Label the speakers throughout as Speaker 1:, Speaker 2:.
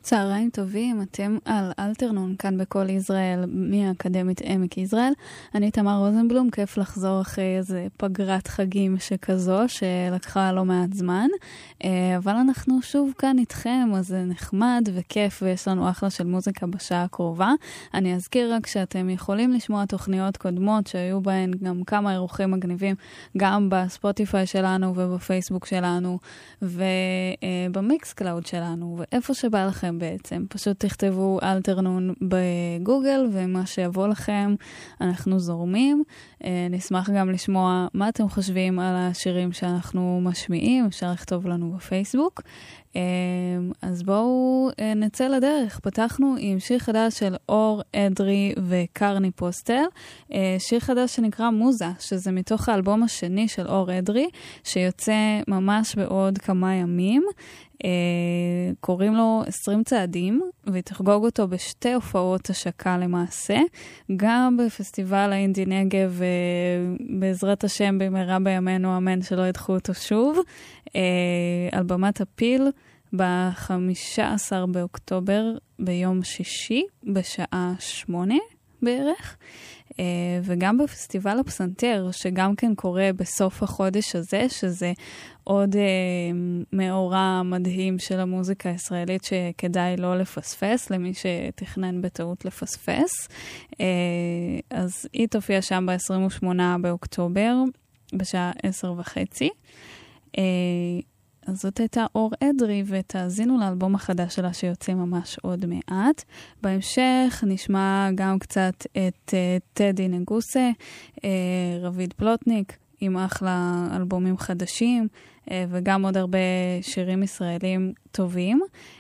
Speaker 1: צהריים טובים, אתם על אלתרנון, כאן בכל ישראל, מהאקדמית עמק יזרעאל. אני תמר רוזנבלום, כיף לחזור אחרי איזה פגרת חגים שכזו, שלקחה לא מעט זמן. אבל אנחנו שוב כאן איתכם, אז זה נחמד וכיף, ויש לנו אחלה של מוזיקה בשעה הקרובה. אני אזכיר רק שאתם יכולים לשמוע תוכניות קודמות, שהיו בהן גם כמה אירוחים מגניבים, גם בספוטיפיי שלנו ובפייסבוק שלנו, ובמיקס קלאוד שלנו, ואיפה שבא לכם בעצם. פשוט תכתבו אלתרנון בגוגל, ומה שיבוא לכם אנחנו זורמים. נשמח גם לשמוע מה אתם חושבים על השירים שאנחנו משמיעים, אפשר לכתוב לנו בפייסבוק. אז בואו נצא לדרך. פתחנו עם שיר חדש של אור אדרי וקרני פוסטר, שיר חדש שנקרא מוזה, שזה מתוך האלבום השני של אור אדרי, שיוצא ממש בעוד כמה ימים. קוראים לו 20 צעדים, ותחגוג אותו בשתי הופעות השקה למעשה, גם בפסטיבל האינדי נגב, בעזרת השם במהרה בימינו אמן שלא ידחו אותו שוב, על במת הפיל ב-15 באוקטובר ביום שישי בשעה 8 בערך, וגם בפסטיבל הפסנתר שגם כן קורה בסוף החודש הזה, שזה עוד מאורע מדהים של המוזיקה הישראלית שכדאי לא לפספס, למי שתכנן בטעות לפספס. אז היא תופיע שם ב-28 באוקטובר בשעה 10:30. אז זאת הייתה אור אדרי, ותאזינו לאלבום החדש שלה שיוצא ממש עוד מעט. בהמשך נשמע גם קצת את טדי נגוסה, רביד פלוטניק, עם אחלה אלבומים חדשים, וגם עוד הרבה שירים ישראלים טובים.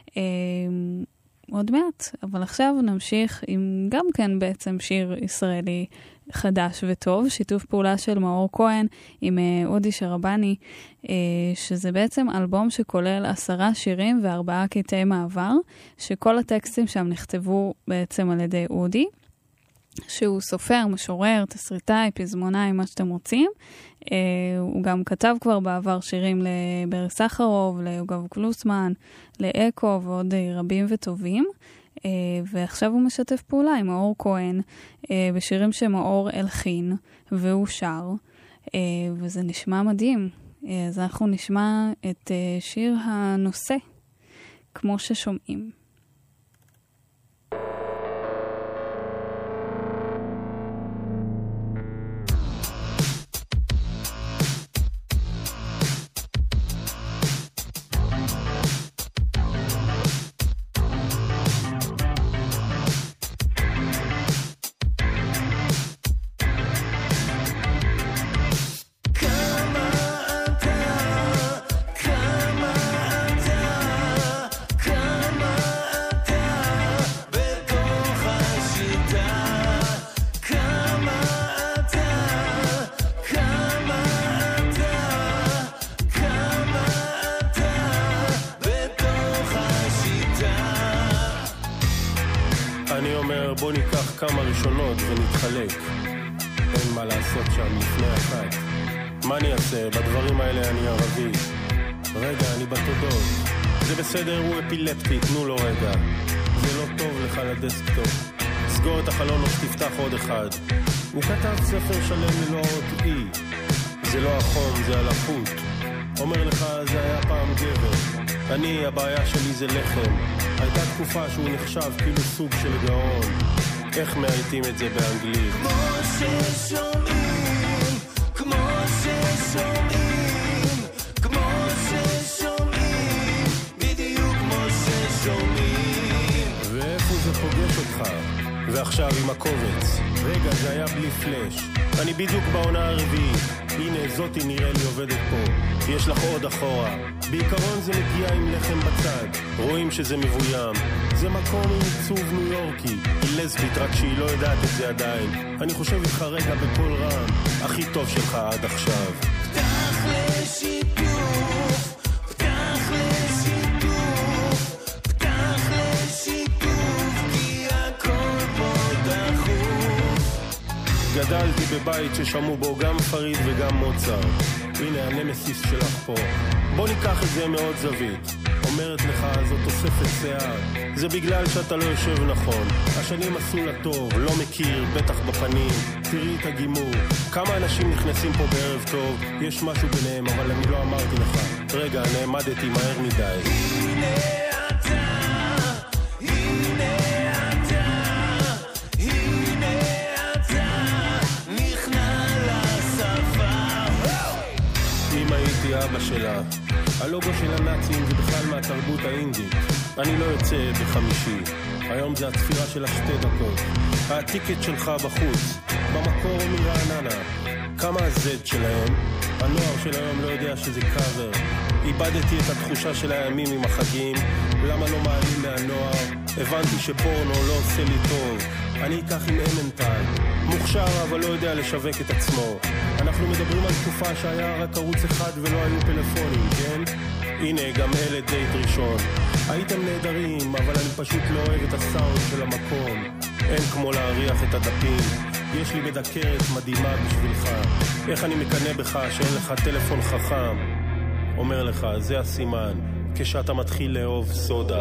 Speaker 1: עוד מעט, אבל עכשיו נמשיך עם גם כן בעצם שיר ישראלי חדש וטוב, שיתוף פעולה של מאור כהן עם אודי שרבני, שזה בעצם אלבום שכולל 10 שירים ו4 קטעי מעבר, שכל הטקסטים שם נכתבו בעצם על ידי אודי, שהוא סופר, משורר, תסריטאי, פזמונאי, מה שאתם רוצים. הוא גם כתב כבר בעבר שירים לברי סחרוב, ליוגב קלוסמן, לאקו ועוד רבים וטובים. ועכשיו הוא משתף פעולה עם מאור כהן בשירים שמאור אלחין והוא שר, וזה נשמע מדהים. אז אנחנו נשמע את שיר הנושא, כמו ששומעים.
Speaker 2: בוא ניקח כמה ראשונות ונתחלק. אין מה לעשות שם לפני אחת. מה אני אעשה? בדברים האלה אני ערבי. רגע, אני בתודות. זה בסדר, הוא אפילפטי, תנו לו רגע. זה לא טוב לך לדסקטופ. סגור את החלון או שתפתח עוד אחד. הוא כתב ספר שלם ללא אות אי. זה לא החום, זה הלחות. אומר לך, זה היה פעם גבר. אני, הבעיה שלי זה לחם. הייתה תקופה שהוא נחשב כאילו סוג של גאון. איך מעייתים את זה באנגלית? כמו ששומעים, כמו ששומעים, כמו ששומעים, בדיוק כמו ששומעים. ואיפה זה פוגש אותך? ועכשיו עם הקובץ. רגע, זה היה בלי פלש. אני בדיוק בעונה הרביעית. הנה, זאתי נראה לי עובדת פה. יש לך עוד אחורה. בעיקרון זה מגיע עם לחם בצד. רואים שזה מבוים. זה מקום עם עיצוב ניו יורקי. היא לסבית, רק שהיא לא יודעת את זה עדיין. אני חושב איתך רגע בכל רם. הכי טוב שלך עד עכשיו. פתח לשיתוף, פתח לשיתוף, פתח לשיתוף, כי הכל פה דחוף. גדלתי בבית ששמו בו גם פריד וגם מוצר. הנה הנמסיס שלך פה. בוא ניקח את זה מאוד זווית. אומרת לך זאת תוספת שיער, זה בגלל שאתה לא יושב נכון. השנים עשו לה טוב, לא מכיר, בטח בפנים. תראי את הגימור, כמה אנשים נכנסים פה בערב טוב, יש משהו ביניהם אבל אני לא אמרתי לך. רגע, נעמדתי מהר מדי. הנה אבא שלה. הלוגו של הנאצים זה בכלל מהתרבות האינדית. אני לא יוצא בחמישי, היום זה הצפירה של 2 דקות. הטיקט שלך בחוץ, במקור מרעננה. כמה הזד שלהם? הנוער של היום לא יודע שזה קאבר. איבדתי את התחושה של הימים עם החגים. למה לא מעלים מהנוער? הבנתי שפורנו לא עושה לי טוב. אני אקח עם אמנטל, מוכשר אבל לא יודע לשווק את עצמו. אנחנו מדברים על תקופה שהיה רק ערוץ אחד ולא היו פלאפונים, כן? הנה, גם אלה דייט ראשון. הייתם נהדרים, אבל אני פשוט לא אוהב את הסאונד של המקום. אין כמו להריח את הדפים. יש לי מדקרת מדהימה בשבילך. איך אני מקנה בך שאין לך טלפון חכם? אומר לך, זה הסימן, כשאתה מתחיל לאהוב סודה.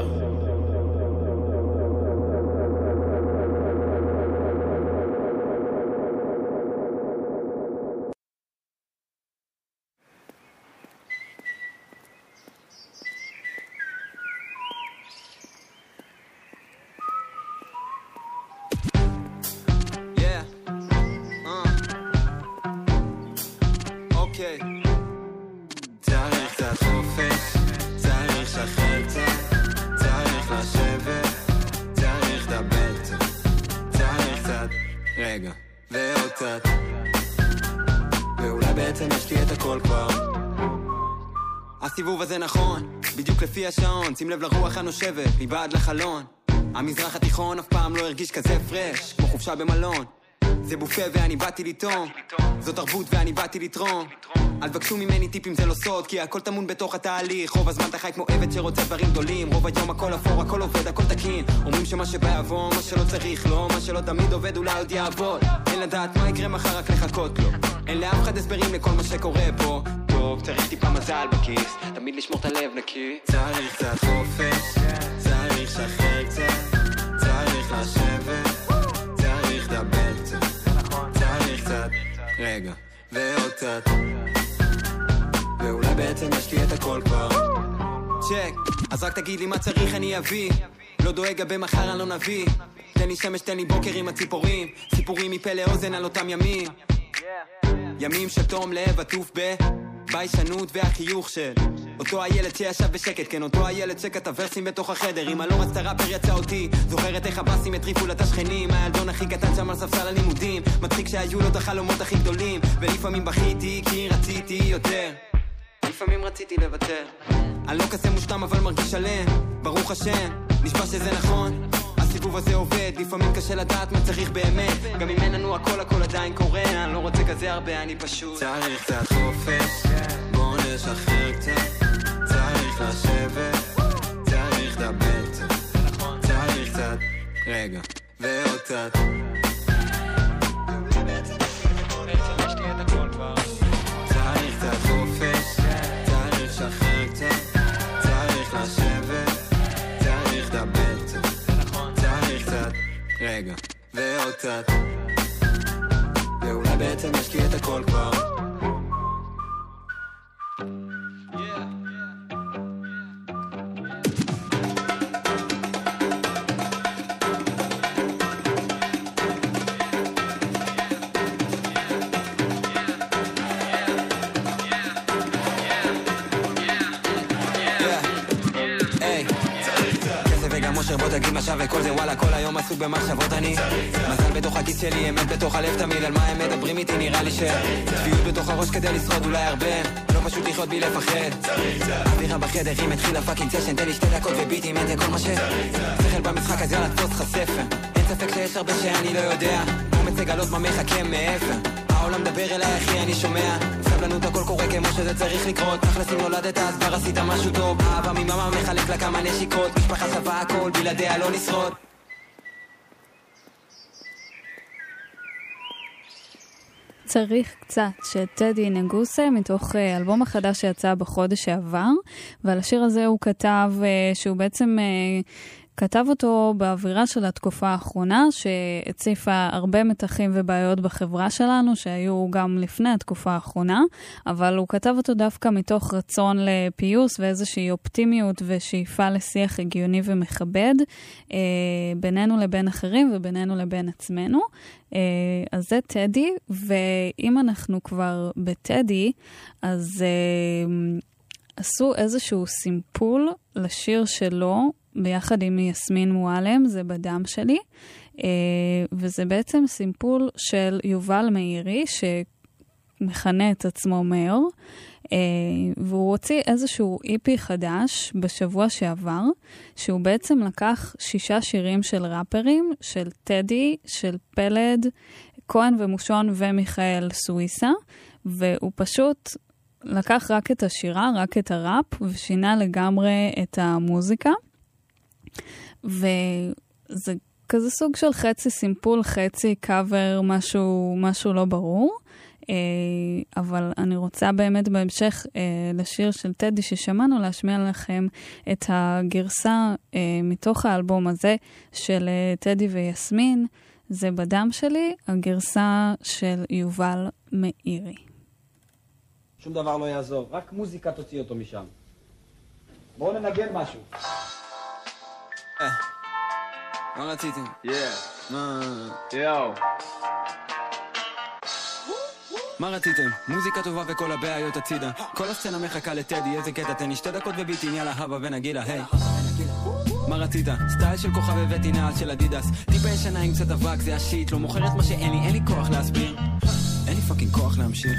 Speaker 3: הסיבוב הזה נכון, בדיוק לפי השעון, שים לב לרוח הנושבת, מבעד לחלון. המזרח התיכון אף פעם לא הרגיש כזה פרש, כמו חופשה במלון. זה בופה ואני באתי לטעום, זו תרבות ואני באתי לתרום. אל תבקשו ממני טיפים זה לא סוד, כי הכל טמון בתוך התהליך. רוב הזמן אתה חי כמו עבד שרוצה דברים גדולים, רוב היום הכל אפור, הכל עובד, הכל תקין. אומרים שמה שבא יבוא, מה שלא צריך לא, מה שלא תמיד עובד אולי עוד יעבוד. אין לדעת מה יקרה מחר, רק לחכות לו. אין לאף אחד הסברים לכל מה שקורה פה. טוב, צריך טיפה מזל בכיס, תמיד לשמור את הלב נקי. צריך קצת חופש, צריך שחרר קצת, צריך לשבת, צריך לדבר קצת, צריך קצת רגע ועוד קצת, ואולי בעצם יש לי את הכל כבר. צ'ק, אז רק תגיד לי מה צריך אני אביא, לא דואג גבי מחר אני לא נביא. תן לי שמש, תן לי בוקר עם הציפורים, סיפורים מפה לאוזן על אותם ימים. ימים שתום לב עטוף ביישנות והחיוך של אותו הילד שישב בשקט, כן אותו הילד שכתב ורסים בתוך החדר. אמא לא רצתה ראפר יצא אותי, זוכרת איך הבאסים הטריפו לה את השכנים. הילדון הכי קטן שם על ספסל הלימודים, מצחיק שהיו לו את החלומות הכי גדולים. ולפעמים בכיתי כי רציתי יותר, לפעמים רציתי לוותר. אני לא כזה מושלם אבל מרגיש שלם, ברוך השם, נשבע שזה נכון. הסיבוב הזה עובד, לפעמים קשה לדעת מה צריך באמת, גם אם אין לנו הכל הכל עדיין קורה. אני לא רוצה כזה הרבה, אני פשוט צריך קצת חופש, בוא נשחרר קצת, צריך לשבת, צריך לדבר קצת, צריך קצת רגע ועוד קצת, יש לי את הכל כבר. צריך קצת חופש, צריך לשחרר קצת, צריך לשבת, צריך לדבר קצת, רגע ועוד קצת, ואולי בעצם יש לי את הכל כבר. בוא תגיד מה שווה כל זה, וואלה כל היום עסוק במחשבות אני מזל בתוך הכיס שלי, אמת בתוך הלב תמיד. על מה הם מדברים איתי נראה לי שצביעות בתוך הראש כדי לשרוד אולי הרבה, לא פשוט לחיות בי לפחד. אווירה בחדר אם התחילה פאקינג סשן, תן לי 2 דקות וביטים אין זה כל מה שצריך במשחק אז יאללה תפוס לך ספר. אין ספק שיש הרבה שאני לא יודע, אומץ לגלות מה מחכה מאיפה. העולם מדבר אליי אחי אני שומע, סבלנות הכל קורה כמו שזה צריך לקרות. תכלס אם נולדת אז כבר עשית משהו טוב, אהבה ממאמה מחלק לה כמה נשיקות, משפחה שווה הכל בלעדיה לא נשרוד.
Speaker 1: צריך קצת של טדי נגוסה מתוך אלבום החדש שיצא בחודש שעבר, ועל השיר הזה הוא כתב שהוא בעצם כתב אותו באווירה של התקופה האחרונה, שהציפה הרבה מתחים ובעיות בחברה שלנו, שהיו גם לפני התקופה האחרונה, אבל הוא כתב אותו דווקא מתוך רצון לפיוס ואיזושהי אופטימיות ושאיפה לשיח הגיוני ומכבד, בינינו לבין אחרים ובינינו לבין עצמנו. אז זה טדי, ואם אנחנו כבר בטדי, אז עשו איזשהו סימפול לשיר שלו, ביחד עם יסמין מועלם, זה בדם שלי, וזה בעצם סימפול של יובל מאירי, שמכנה את עצמו מאיר, והוא הוציא איזשהו איפי חדש בשבוע שעבר, שהוא בעצם לקח 6 שירים של ראפרים, של טדי, של פלד, כהן ומושון ומיכאל סוויסה, והוא פשוט לקח רק את השירה, רק את הראפ, ושינה לגמרי את המוזיקה. וזה כזה סוג של חצי סימפול, חצי קאבר, משהו לא ברור. אבל אני רוצה באמת בהמשך לשיר של טדי ששמענו, להשמיע לכם את הגרסה מתוך האלבום הזה של טדי ויסמין. זה בדם שלי, הגרסה של יובל מאירי.
Speaker 4: שום דבר לא יעזור, רק מוזיקה תוציא אותו משם. בואו ננגן משהו.
Speaker 3: מה רציתם? מה רציתם? מוזיקה טובה וכל הבעיות הצידה. כל הסצנה מחכה לטדי, איזה קטע, תן לי 2 דקות וביטין, יאללה הבה ונגילה, היי. מה רצית? סטייל של כוכב הבאתי נעל של אדידס, טיפה ישנה עם קצת אבק, זה השיט, לא מוכרת מה שאין לי, אין לי כוח להסביר, אין לי פאקינג כוח להמשיך.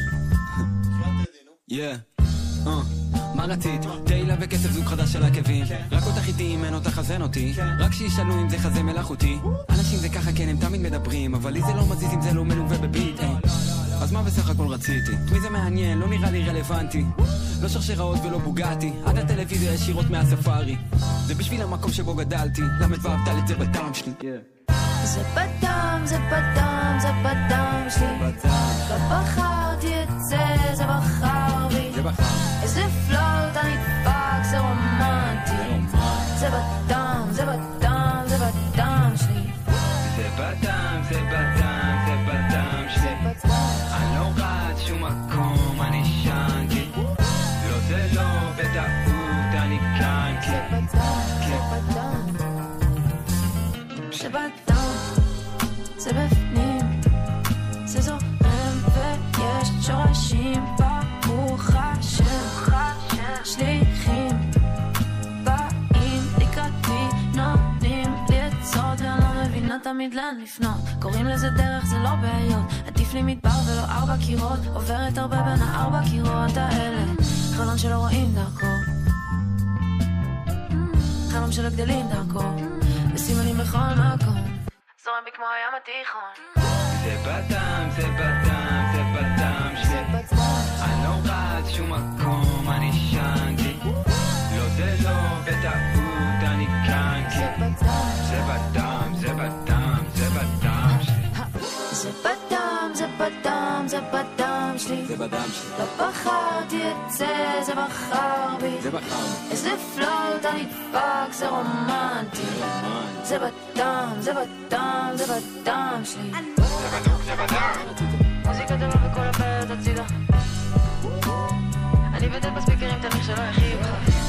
Speaker 3: מה רצית? תהילה וכסף זוג חדש של עקבים, רק אותך איתי אם אין אותך חזן אותי, רק שישאלו אם זה חזה מלאכותי. אנשים זה ככה כן הם תמיד מדברים, אבל לי זה לא מזיז אם זה לא מלווה בביט. אז מה בסך הכל רציתי? מי זה מעניין? לא נראה לי רלוונטי, לא שרשראות ולא בוגעתי, עד הטלוויזיה ישירות מהספארי, זה בשביל המקום שבו גדלתי, למד ואהבת זה בדם שלי.
Speaker 5: זה בדם, זה בדם, זה בדם שלי, לא בחרתי את זה, זה בחר בי, איזה פלוט אני דפק, זה רומנטי, זה בדם, זה בדם, זה בדם שלי,
Speaker 3: זה בדם, זה בדם, זה בדם שלי, אני לא רץ שום מקום, אני שנתי, לא זה לא בטעות, אני כאן,
Speaker 5: זה בדם, זה בדם, זה בפנים, זה זורם ויש שורשים ברוך השם, שליחים באים לקראתי, נותנים לי עצות ואני לא מבינה תמיד לאן לפנות, קוראים לזה דרך, זה לא בעיות, עדיף לי מדבר ולא 4 קירות, עוברת הרבה בין 4 קירות האלה, חלון שלא רואים דרכו, חלום שלא גדלים דרכו, וסימנים בכל מקום, זורם בי כמו הים התיכון.
Speaker 3: זה בדם, זה בדם, זה בדם שלי, אני לא רץ שום מקום, אני שנתי, לא זה לא בטעות, אני כאן, זה בדם, זה בדם, זה בדם שלי,
Speaker 5: זה בדם, זה בדם, זה בדם שלי,
Speaker 3: זה בדם שלי,
Speaker 5: לא בחרתי את זה, זה בחר בי,
Speaker 3: זה בחר בי,
Speaker 5: איזה פלוט אני דפק, זה רומנטי, זה בדם, זה בדם, זה בדם שלי,
Speaker 3: זה בדם, זה בדם,
Speaker 5: מוזיקה טובה וכל הבעיות הצידה, אני בטל בספיקרים תניח שלא יחיב,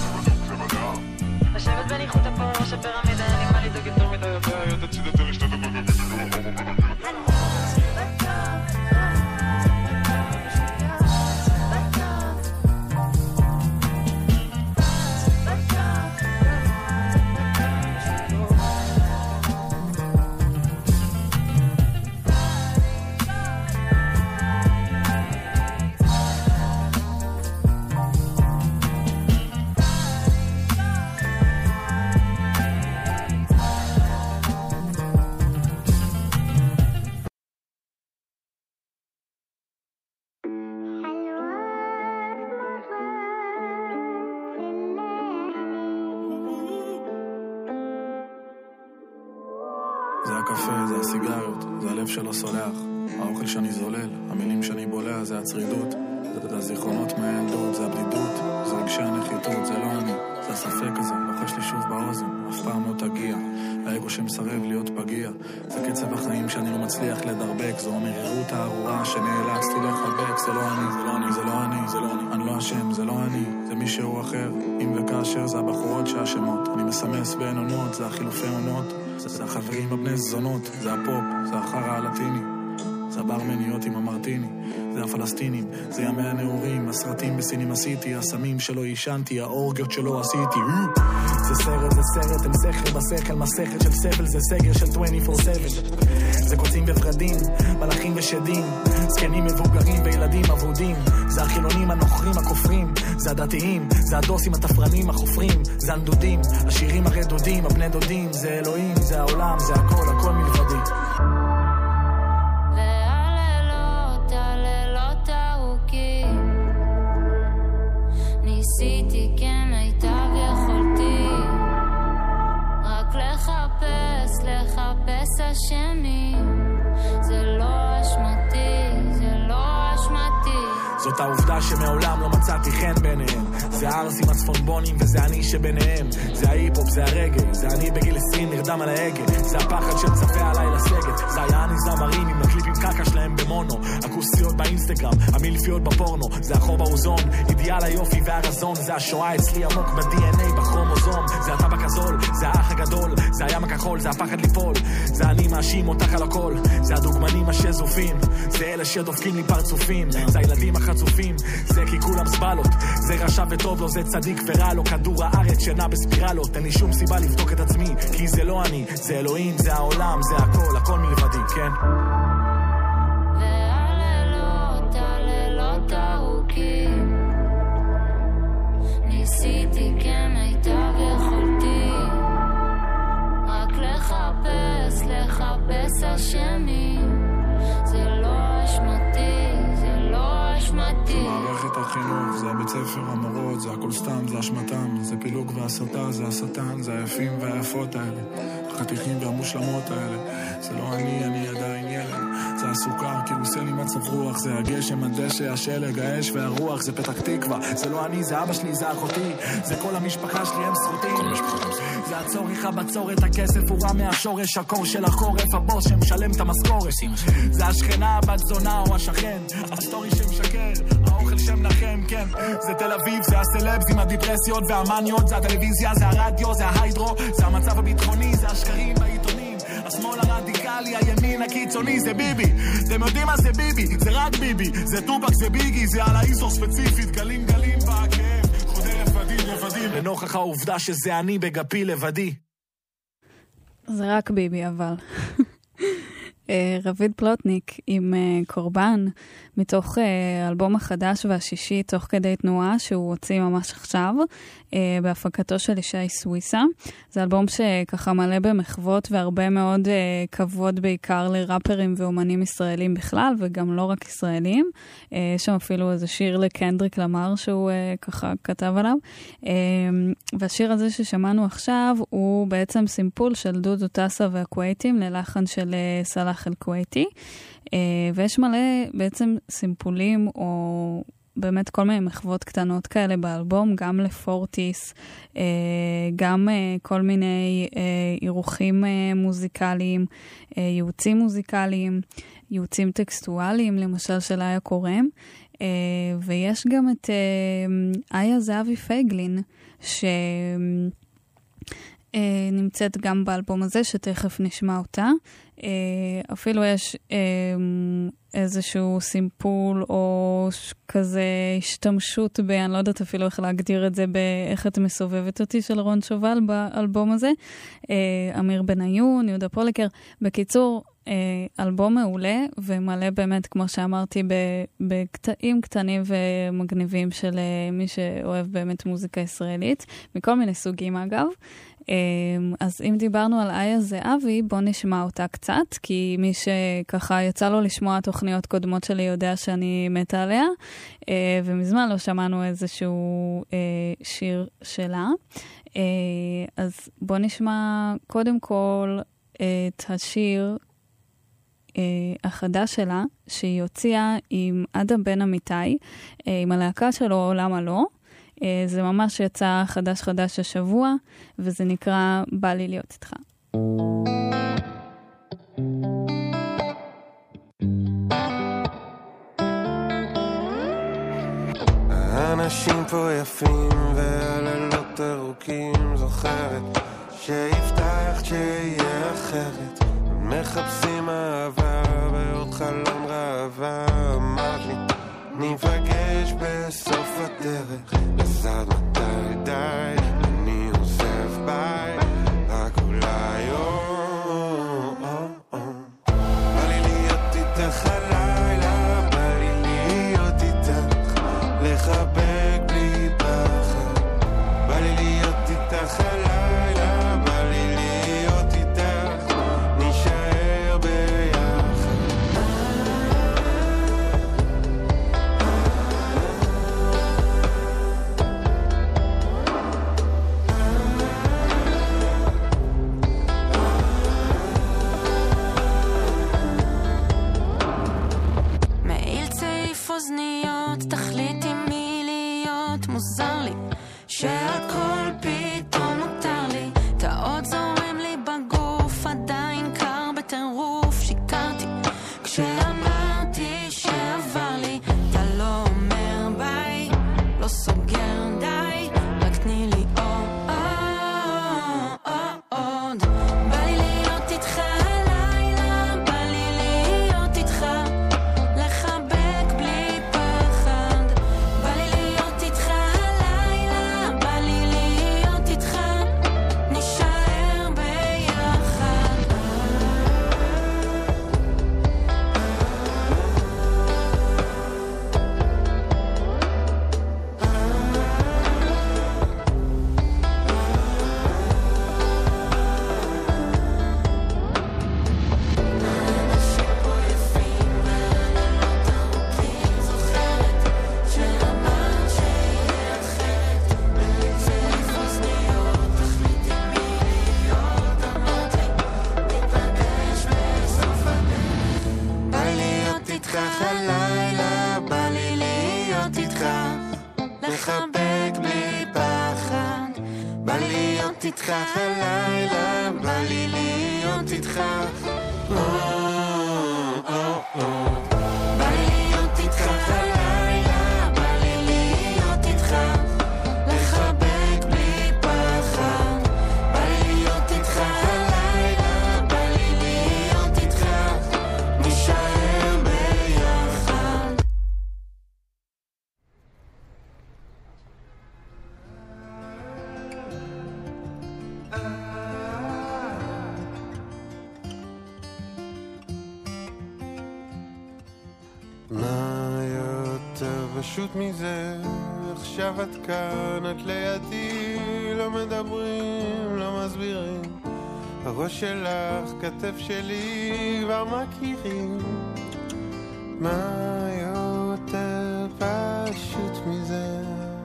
Speaker 5: לשבת בניחות הפור, ראש הפירמידה, אני מה לדאוג יותר מדי הבעיות הצידה, תן לי 2 דקות.
Speaker 6: זה הקפה, זה הסיגריות, זה הלב שלא סולח. האוכל שאני זולל, המילים שאני בולע, זה הצרידות, זה הזיכרונות מהילדות, זה הבדידות, זה רגשי הנחיתות, זה לא אני, זה הספק הזה, לוחש לי שוב באוזן, אף פעם לא תגיע, האגו שמסרב להיות פגיע, זה קצב החיים שאני לא מצליח לדרבק, זו המרירות הארורה שנאלצתי לחבק, זה לא אני, זה לא אני, זה לא אני, זה לא אני, אני לא אשם, זה לא אני, זה מישהו אחר, אם וכאשר זה הבחורות שהשמות, אני מסמס בין עונות, זה החילופי עונות, זה החברים הבני זונות, זה הפופ, זה החרא הלטיני, זה הברמניות עם המרטיני, זה הפלסטינים, זה ימי הנאורים, הסרטים בסינמה סיטי, הסמים שלא ישנתי, האורגיות שלא עשיתי. זה סרט, הם סכר בשכל, מסכת של סבל, זה סגר של 24/7. זה קוצים וורדים, מלאכים ושדים, זקנים מבוגרים וילדים אבודים, זה החילונים הנוכרים הכופרים, זה הדתיים, זה הדוסים התפרנים החופרים, זה הנדודים, השירים הרדודים, הבני דודים, זה אלוהים, זה העולם, זה הכל, הכל מלבדי.
Speaker 5: ניסיתי כמיטב יכולתי רק לחפש אשמים, זה לא אשמתי, זה לא אשמתי.
Speaker 6: זאת העובדה שמעולם לא מצאתי חן ביניהם, זה הארסים הצפונבונים וזה אני שביניהם, זה ההיפ-הופ, זה הרגל, זה אני בגיל 20 נרדם על ההגה, זה הפחד של צפה עליי לסגת, זה היה אני זמרים עם הקליפים קקה שלהם במונו, הכוסיות באינסטגרם, המילפיות בפורנו, זה החור באוזון, אידיאל היופי והרזון, זה השואה אצלי עמוק ב-DNA בכרומוזום, זה הטבק הזול, זה האח הגדול, זה הים הכחול, זה הפחד ליפול, זה אני מאשים אותך על הכל, זה הדוגמנים השזופים, זה אלה שדופקים לי פרצופים, זה הילדים החצופים, זה כי כולם סבלות, זה רשע וטוב לו, זה צדיק ורע לו, כדור הארץ שנע בספירלות, אין לי שום סיבה לבדוק את עצמי, כי זה לא אני, זה אלוהים, זה העולם, זה הכל, הכל מלבדי, כן?
Speaker 5: והלילות ארוכים, ניסיתי כמיטב יכולתי רק לחפש אשמים, זה לא אשמתי, זה לא אשמתי.
Speaker 6: מערכת החינוך, זה הבית ספר, המורות, זה הכל סתם, זה אשמתם, זה פילוג והסתה, זה השטן, זה היפים והיפות האלה, החתיכים והמושלמות האלה, זה לא אני עדיין ילד, זה הסוכר, כי הוא עושה לי מצב רוח, זה הגשם, הדשא, השלג, האש והרוח, זה פתח תקווה, זה לא אני, זה אבא שלי, זה אחותי, זה כל המשפחה שלי, הם סרוטים, זה הצורך, הבצורת, הכסף הוא רע מהשורש, הקור של החורף, הבוס שמשלם את המשכורת, זה השכנה, הבת זונה או השכן, הסטורי שמשקר, האוכל שמנחם, כן, זה תל אביב, זה הסלבס עם הדיפרסיות והמניות, זה הטלוויזיה, זה הרדיו, זה ההיידרו, זה המצב הביטחוני, זה השקרים בעיתונים, השמאל הרדיקלי, הימין הקיצוני, זה ביבי, אתם יודעים מה זה ביבי, זה רק ביבי, זה טופק, זה ביגי, זה על האיזור ספציפית, גלים בכאב, חודר לבדים, לנוכח העובדה שזה אני בגפי לבדי.
Speaker 1: זה רק ביבי אבל. רביד פלוטניק עם קורבן, מתוך אלבום החדש והשישי תוך כדי תנועה שהוא הוציא ממש עכשיו, בהפקתו של ישי סוויסה. זה אלבום שככה מלא במחוות והרבה מאוד כבוד בעיקר לראפרים ואומנים ישראלים בכלל, וגם לא רק ישראלים. יש שם אפילו איזה שיר לקנדריק למר שהוא ככה כתב עליו. והשיר הזה ששמענו עכשיו הוא בעצם סימפול של דודו טסה והקווייטים ללחן של סלאח אל-קווייטי. ויש מלא בעצם סימפולים או באמת כל מיני מחוות קטנות כאלה באלבום, גם לפורטיס, גם כל מיני אירוחים מוזיקליים, ייעוצים מוזיקליים, ייעוצים טקסטואליים, למשל של איה קורם, ויש גם את איה זהבי פייגלין, נמצאת גם באלבום הזה, שתכף נשמע אותה. אפילו יש איזשהו סימפול או כזה השתמשות אני לא יודעת אפילו איך להגדיר את זה, באיך את מסובבת אותי של רון שובל באלבום הזה. אמיר בניון, יהודה פוליקר. בקיצור, אלבום מעולה ומלא באמת, כמו שאמרתי, בקטעים קטנים ומגניבים של מי שאוהב באמת מוזיקה ישראלית, מכל מיני סוגים אגב. אז אם דיברנו על איה זהבי, בוא נשמע אותה קצת, כי מי שככה יצא לו לשמוע תוכניות קודמות שלי יודע שאני מתה עליה, ומזמן לא שמענו איזשהו שיר שלה. אז בוא נשמע קודם כל את השיר החדש שלה, שהיא הוציאה עם אדם בן אמיתי, עם הלהקה שלו, למה לא? זה ממש יצא חדש השבוע, וזה נקרא בא לי להיות איתך.
Speaker 2: האנשים פה יפים והלילות ארוכים, זוכרת שהבטחת שיהיה אחרת, מחפשים אהבה ועוד חלום ראווה, אמרת לי ניפגש בסוף הדרך, לזד מתי די, אני עוזב ביי, רק אולי בא לי להיות איתך הלילה, בא לי להיות איתך, לחבק בלי פחד, בא לי להיות איתך הלילה, בא לי להיות איתך, נשאר ביחד.
Speaker 5: מעיל צעיף אוזניות, תחליטי מי להיות, מוזר לי שהכל פתאום מותר לי, תאות זורם לי בגוף, עדיין קר בטירוף, שיקרתי כשאמרתי שעבר לי, אתה לא אומר ביי, לא סוגר די, רק תני לי עוד, בא לי להיות איתך הלילה, בא לי להיות איתך, לחבק בלי פחד, בא לי להיות איתך הלילה, בא לי להיות איתך, נשאר ביחד. בא לי להיות איתך הלילה, בא לי להיות איתך, לחבק בלי פחד, בא לי להיות איתך הלילה, בא לי להיות איתך, בא לי להיות איתך הלילה, בא לי להיות איתך, לחבק בלי פחד, בא לי להיות איתך הלילה, בא לי להיות איתך, נשאר ביחד.
Speaker 2: מה יותר פשוט מזה, עכשיו את כאן, את לידי, לא מדברים, לא מסבירים, הראש שלך, כתף שלי, כבר מכירים. מה יותר פשוט מזה,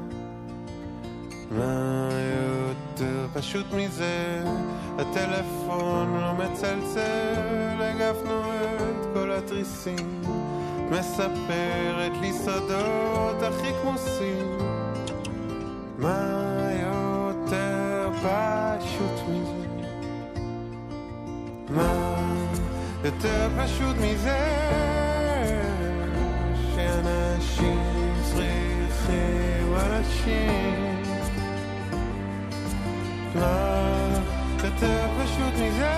Speaker 2: מה יותר פשוט מזה, הטלפון לא מצלצל, הגפנו את כל התריסים, מספרת לי סודות הכי כמוסים. מה יותר פשוט מזה, מה יותר פשוט מזה, שאנשים צריכים אנשים. מה יותר פשוט מזה,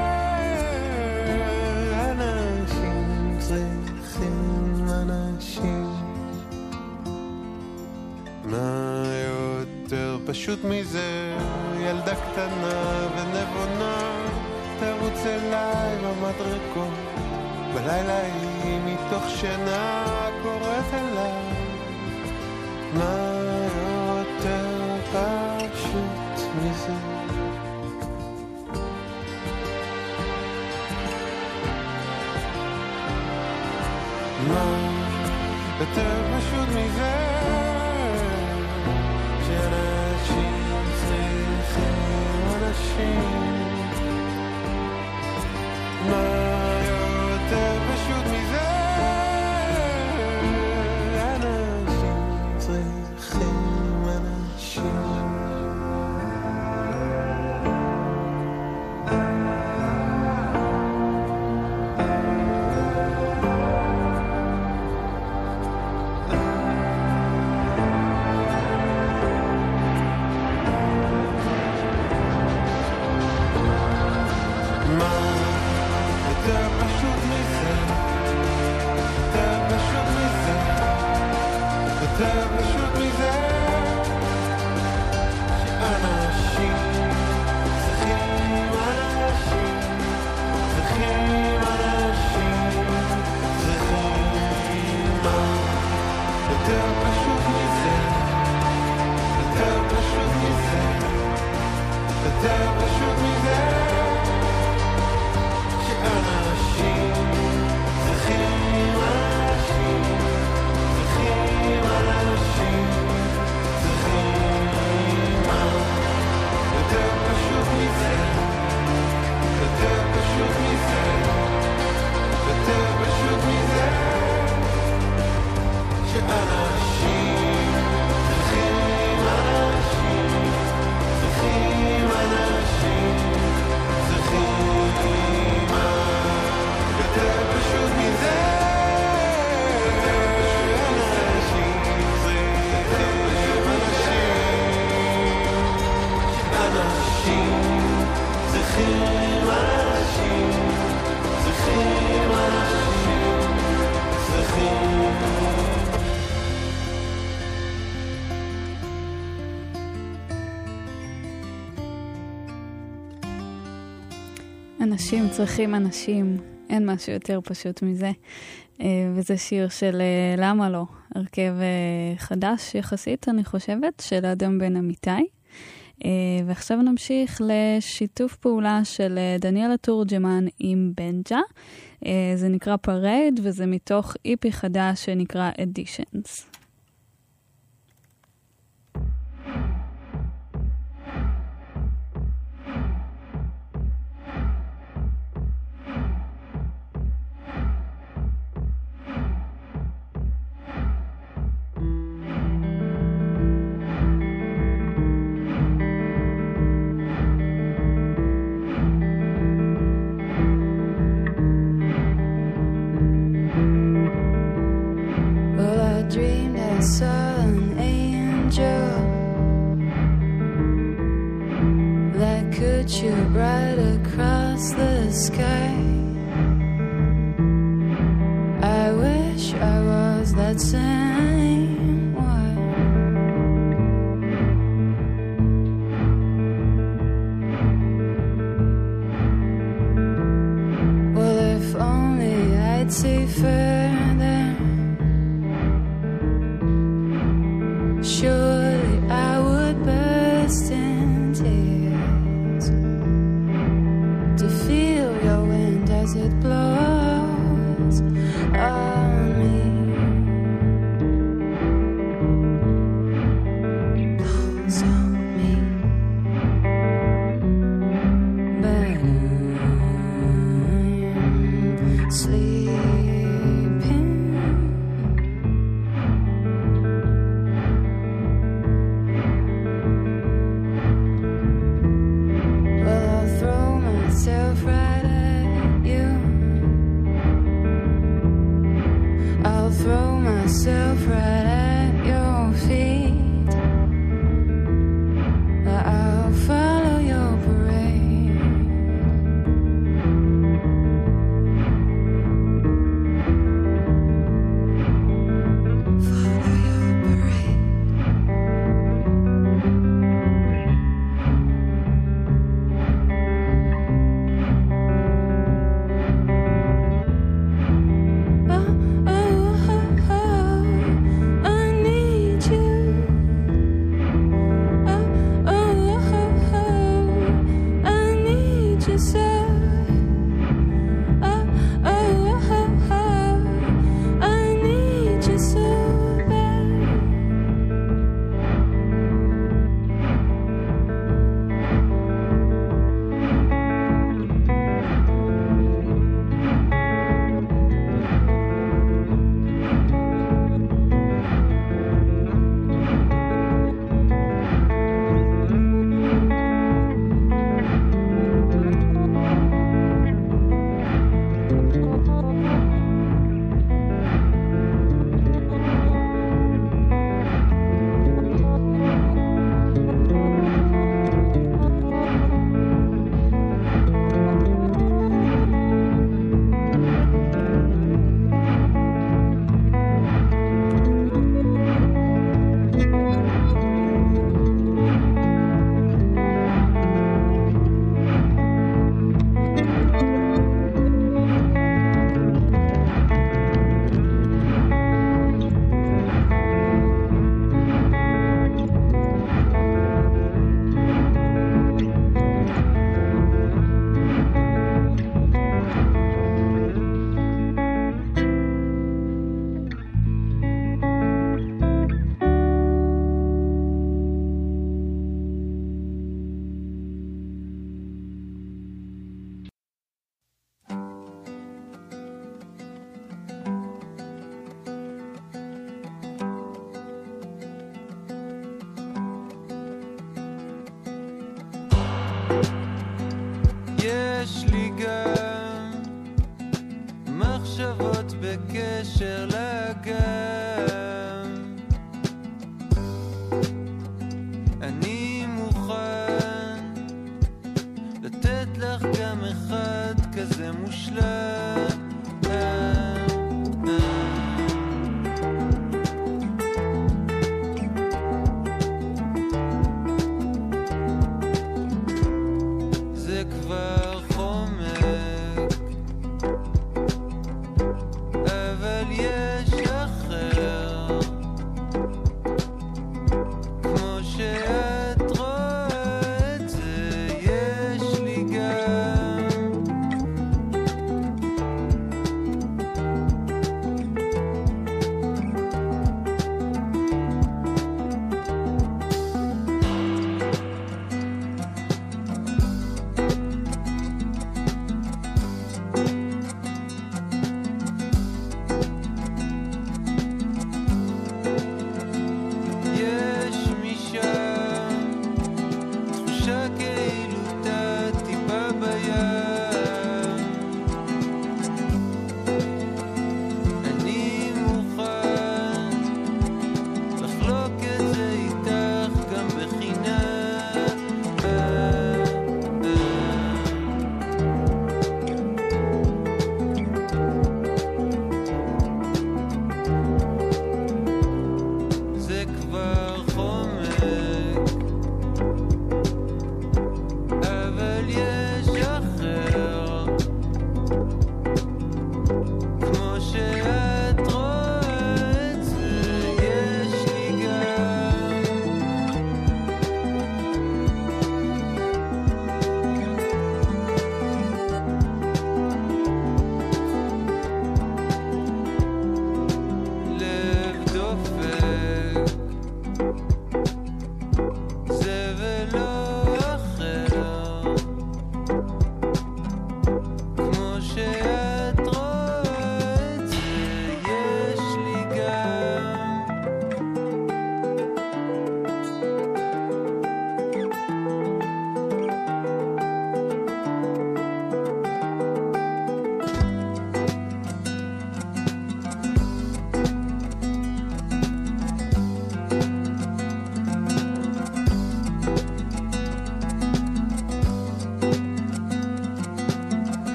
Speaker 2: אנשים צריכים אנשים. מה יותר פשוט מזה, ילדה קטנה ונבונה תרוץ אליי במדרגות, בלילה היא מתוך שינה קוראת אליי. מה יותר פשוט מזה, מה יותר פשוט מזה, שאנשים צריכים אנשים. מה יותר מה יותר פשוט מזה, יותר פשוט מזה, יותר פשוט מזה, שאנשים צריכים אנשים, צריכים אנשים, צריכים מה יותר פשוט מזה, יותר פשוט מזה, יותר פשוט מזה, שאנשים צריכים אנשים, צריכים אנשים, צריכים מה יותר פשוט מזה, יותר פשוט מזה, יותר פשוט מזה, שאנשים צריכים אנשים, צריכים אנשים, צריכים מה יותר פשוט מזה, יותר פשוט מזה, יותר פשוט מזה, שאנשים צריכים אנשים, צריכים אנשים, צריכים
Speaker 1: אנשים צריכים אנשים, אין משהו יותר פשוט מזה. וזה שיר של למה לא, הרכב חדש יחסית, אני חושבת, של אדם בן אמיתי. ועכשיו נמשיך לשיתוף פעולה של דניאלה תורג'מן עם בנג'ה. זה נקרא פרייד, וזה מתוך איפי חדש שנקרא Editions.
Speaker 5: Dreamed I saw an angel that could shoot right across the sky. I wish I was that same one. Well, if only I'd see further. Surely I would burst in tears to feel your wind as it blows on me, blows on me. But I'm sleeping. Right at you, I'll throw myself right at your feet. I'll follow your parade.
Speaker 7: יש לי גם מחשבות בקשר לאגם. אני מוכן לתת לך גם אחד כזה מושלם. זה כבר חומק, אבל יש אחר, כמו שאת רואה את זה, יש לי גם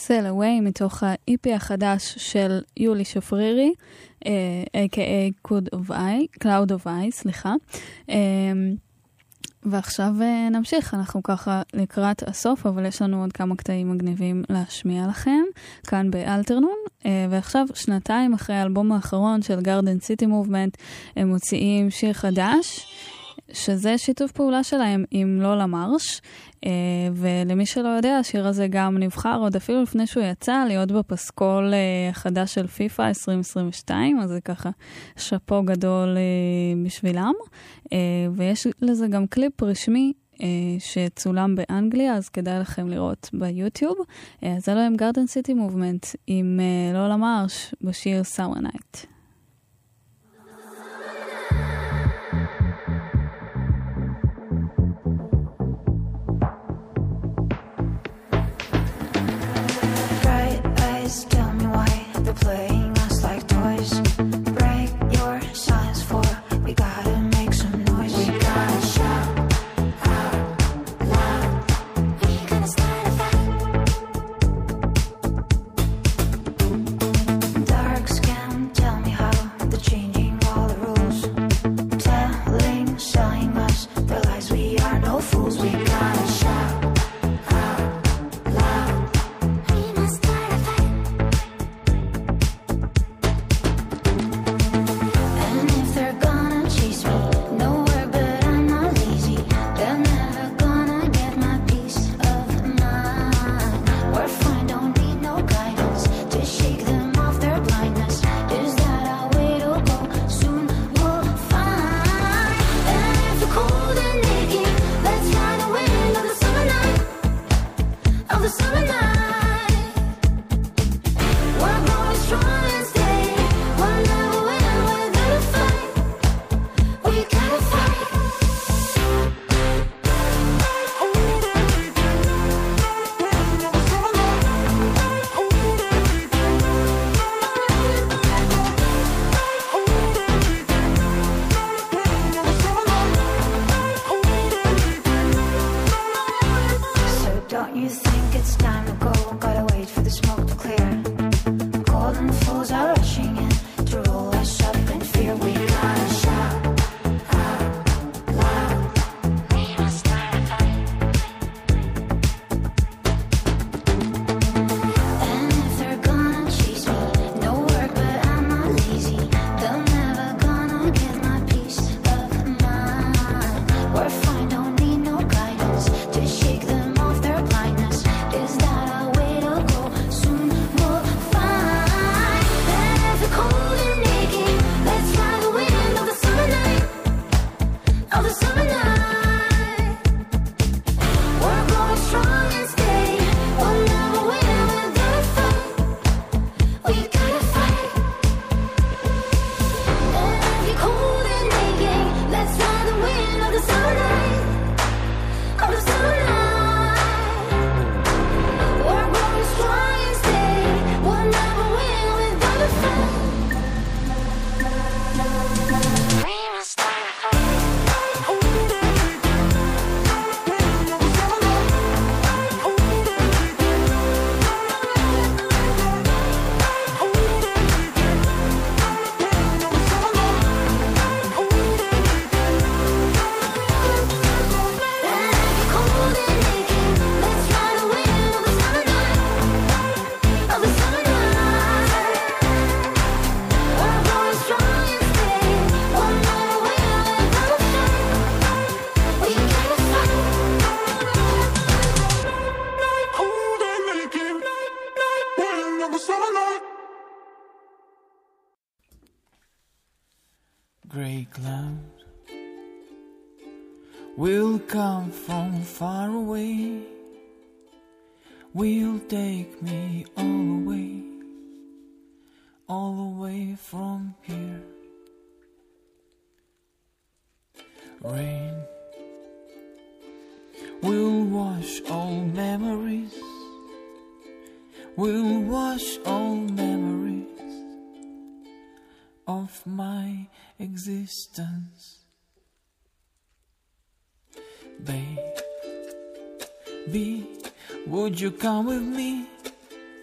Speaker 1: Sail Away מתוך ה-EP החדש של יולי שפרירי, a.k.a. Cloud of Eye, סליחה. ועכשיו נמשיך, אנחנו ככה לקראת הסוף, אבל יש לנו עוד כמה קטעים מגניבים להשמיע לכם, כאן באלתרנון, ועכשיו 2 אחרי האלבום האחרון של Garden City Movement, הם מוציאים שיר חדש, שזה שיתוף פעולה שלהם עם לולה מרש, ולמי שלא יודע, השיר הזה גם נבחר עוד אפילו לפני שהוא יצא, להיות בפסקול החדש של פיפה 2022, אז זה ככה שפו גדול בשבילם, ויש לזה גם קליפ רשמי שצולם באנגליה, אז כדאי לכם לראות ביוטיוב. אז זה לא עם Garden City Movement, עם לולה מרש בשיר Summer Night.
Speaker 5: Tell me why they're playing us like toys. Break your silence for we gotta make some noise. We gotta shout out loud. We gonna start a fight. Dark skin, tell me how they're changing all the rules. Telling, selling us their lies. We are no fools. We gotta shout out loud. We must start a fight.
Speaker 7: Gray cloud will come from far away, will take me all the way from here. Rain will wash all memories, will wash all memories of my existence. Baby, would you come with me?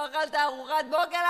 Speaker 5: אכלת ארוחת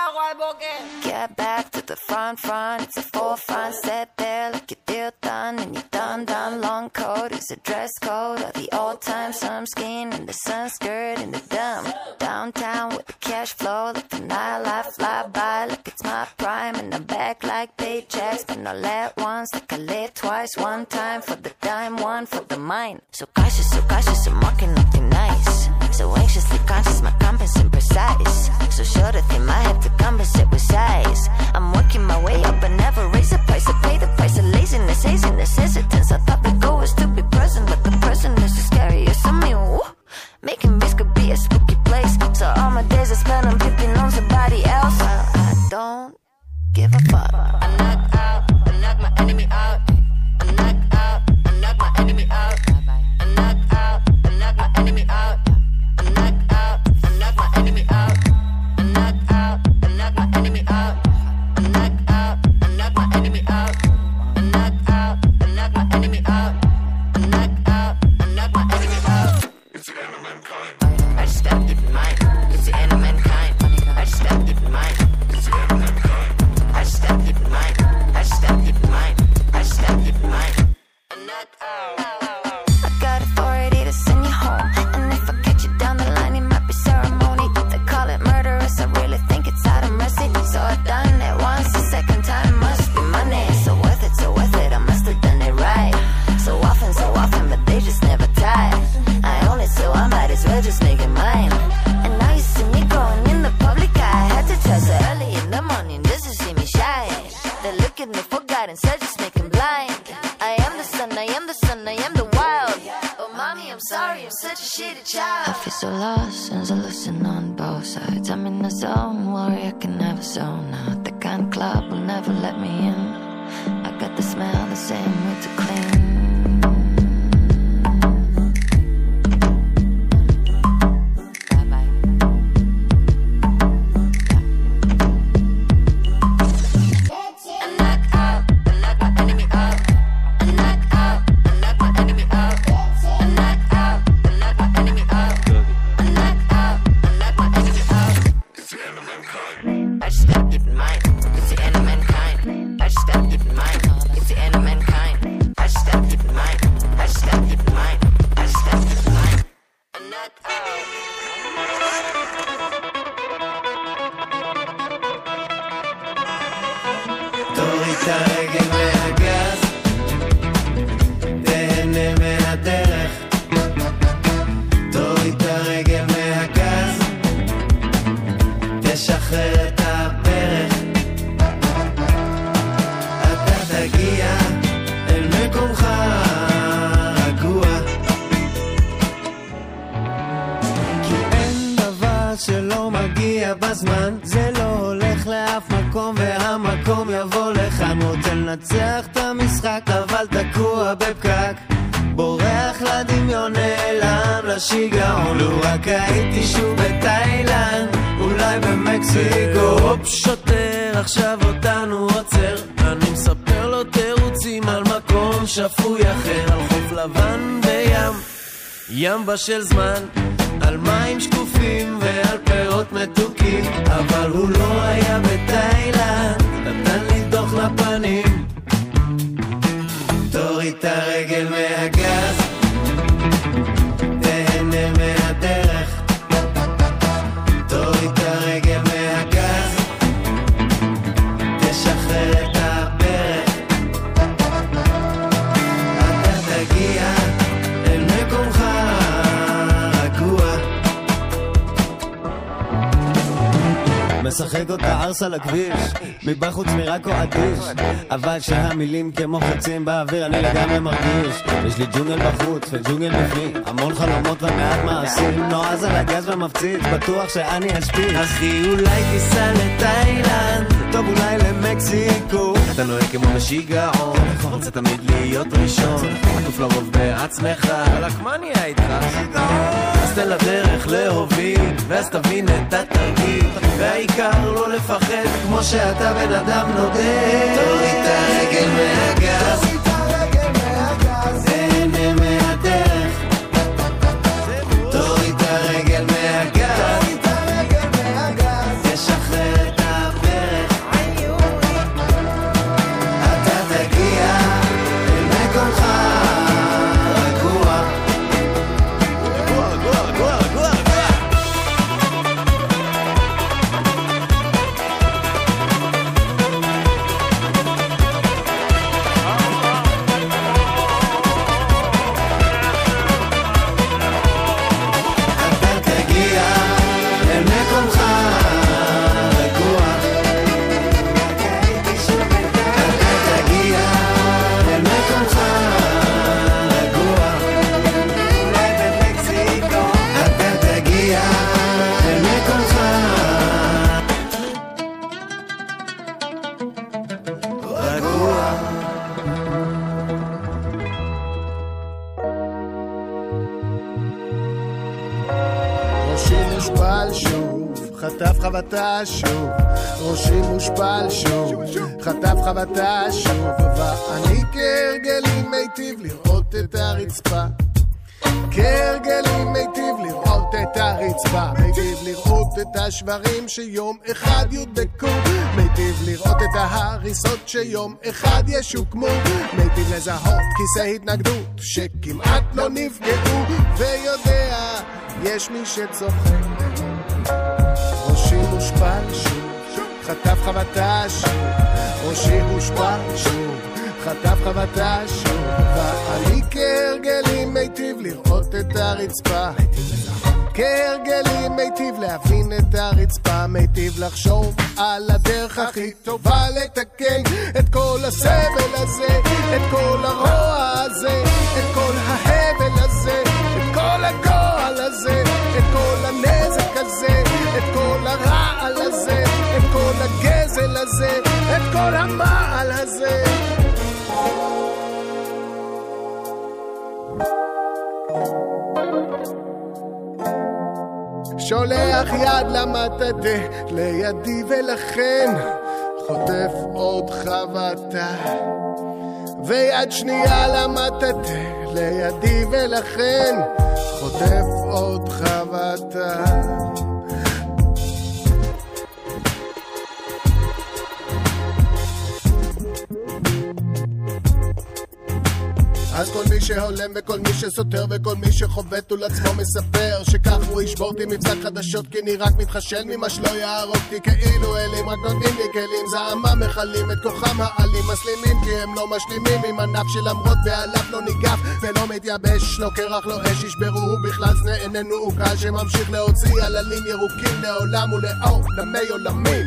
Speaker 5: בוקר. Get back to the front, it's a full front, sit there like your deal done, and you done, long coat, is a dress code, or the old time some skin, and the sun skirt, and the dumb, downtown with the cash flow, like the nightlife fly by, like it's my prime, and I'm back like paychecks, but not let once, like I lit twice, one time for the dime, one for the mine, so cautious, I'm walking nothing nice, so anxiously conscious, my compass imprecise, so sure the thing might have to compensate with size, I'm working my way up and never raise the price, I pay the price of laziness, haziness, hesitance, I thought the goal was to be present, but the person is just scarier, so me, woo, making this could be a spooky place, so all my days I spend on peeping on somebody else, well, I don't give a fuck, I knock my enemy out, I knock my enemy out, I knock my enemy out, I knock my enemy out, I knock my enemy out, I knock my enemy out, I knock my enemy out, I knock my enemy out. It's the end of mankind. I just gotta keep in mind. It's the end of mankind. I just gotta keep in mind. It's the end of mankind. I just gotta keep in mind. I just gotta keep in mind. I just gotta keep in mind. I knock out. I got authority to send you home, and if I catch you down the line, it might be ceremony. They call it murderous. I really think it's out of mercy. So I've done it once, the second time must be money. So worth it, I must have done it right. So often, but they just never tie. I own it, so I might as well just make it mine. And now you see me growing in the public eye. I had to try so early in the morning just to see me shine. They look at me for guidance, I just make them blind. I am the sun, I am the wild. Oh mommy, I'm sorry, I'm such a shitty child. I feel so lost since I listen on both sides. I'm in the zone, worry I can never zone out. The kind of club will never let me in. I got the smell, the same way to clean.
Speaker 8: בזמן זה לא הולך לאף מקום והמקום יבוא לכאן רוצה לנצח את המשחק אבל תקוע בפקק בורח לדמיון נעלם לשיגעון לו רק הייתי שוב בתאילנד אולי במקסיקו הופ שוטר עכשיו אותנו עוצר אני מספר לו תירוצים על מקום שפוי אחר על חוף לבן בים ים בשל זמן על מים שקופים ועל פירות מתוקים אבל הוא לא היה בתאילנד נתן לי דוח לפנים תוריד את הרגל מהגז תהנה מהדרך תוריד את הרגל מהגז תשחרר את הברך אתה תגיע אל מקומך משחק אותה ארס על הכביש מבחוץ מרק או עדיש אבל שהמילים כמו חצים באוויר אני לגמרי מרגיש יש לי ג'ונגל בחוץ וג'ונגל בפנים המון חלומות ומעט מעשים נועז על הגז ומפציץ בטוח שאני אשפיץ אחי אולי תיסע לתאילנד טוב אולי למקסיקו אתה נוהג כמו בשיגעון רוצה תמיד להיות ראשון עטוף לרוב בעצמך רק מה נהיה איתך אז תן לדרך להוביל ואז תבין את התרגיל והעיקר לא לפחד כמו שאתה בן אדם נודד תוריד את הרגל מהגז תהנה מהדרך תוריד את הרגל מהגז
Speaker 9: ראשי מושפל שוב, חטף חבטה שוב, ראשי מושפל שוב, חטף חבטה שוב, ואני כהרגלי מיטיב לראות את הרצפה, כהרגלי מיטיב לראות את הרצפה, מיטיב לראות את השברים שיום אחד יודבקו, מיטיב לראות את ההריסות שיום אחד ישוקמו, מיטיב לזהות כיסא התנגדות שכמעט לא נפגעו, ויודע יש מי שצוחק. ראשי מושפל שוב, חטף חבטה שוב, ראשי מושפל שוב, חטף חבטה שוב, ואני כהרגלי מיטיב לראות את הרצפה, כהרגלי מיטיב להבין את הרצפה, מיטיב לחשוב על הדרך הכי טובה לתקן את כל הסבל הזה, את כל הרוע הזה, את כל ההבל הזה, את כל הגועל הזה, את כל הנזק הזה, את כל הרעל הזה, את כל הגזל הזה, את כל המעל הזה. שולח יד למטאטה לידי ולכן חוטף עוד חבטה, ויד שנייה למטאטה לידי ולכן חוטף עוד חבטה. אז כל מי שהולם וכל מי שסותר וכל מי שחובט הוא לעצמו מספר שכך הוא ישבור אותי מבצע חדשות, כי אני רק מתחשל ממה שלא יהרוג אותי, כאילו אלים רק נותנים לי כלים, זעמה מחלים את כוחם העלים, מסלימים כי הם לא משלימים עם ענף שלמרות בעליו לא ניגף ולא מתייבש, לא קרח לא אש ישברו, הוא בכלל זנה איננו הוא קל שממשיך להוציא עללים ירוקים לעולם ולאור למי עולמים.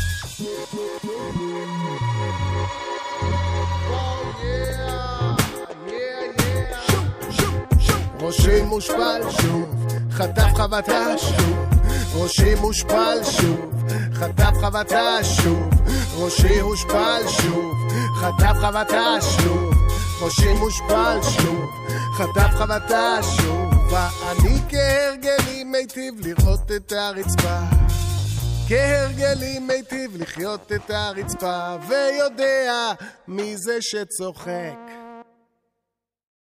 Speaker 9: ראשי מושפל שוב, חטף חבטה שוב, ראשי מושפל שוב, חטף חבטה שוב, ראשי מושפל שוב, חטף חבטה שוב, ראשי מושפל שוב, חטף חבטה שוב, ואני כהרגלי מיטיב לראות את הרצפה, כהרגלי מיטיב לחיות את הרצפה, ויודע מי זה שצוחק.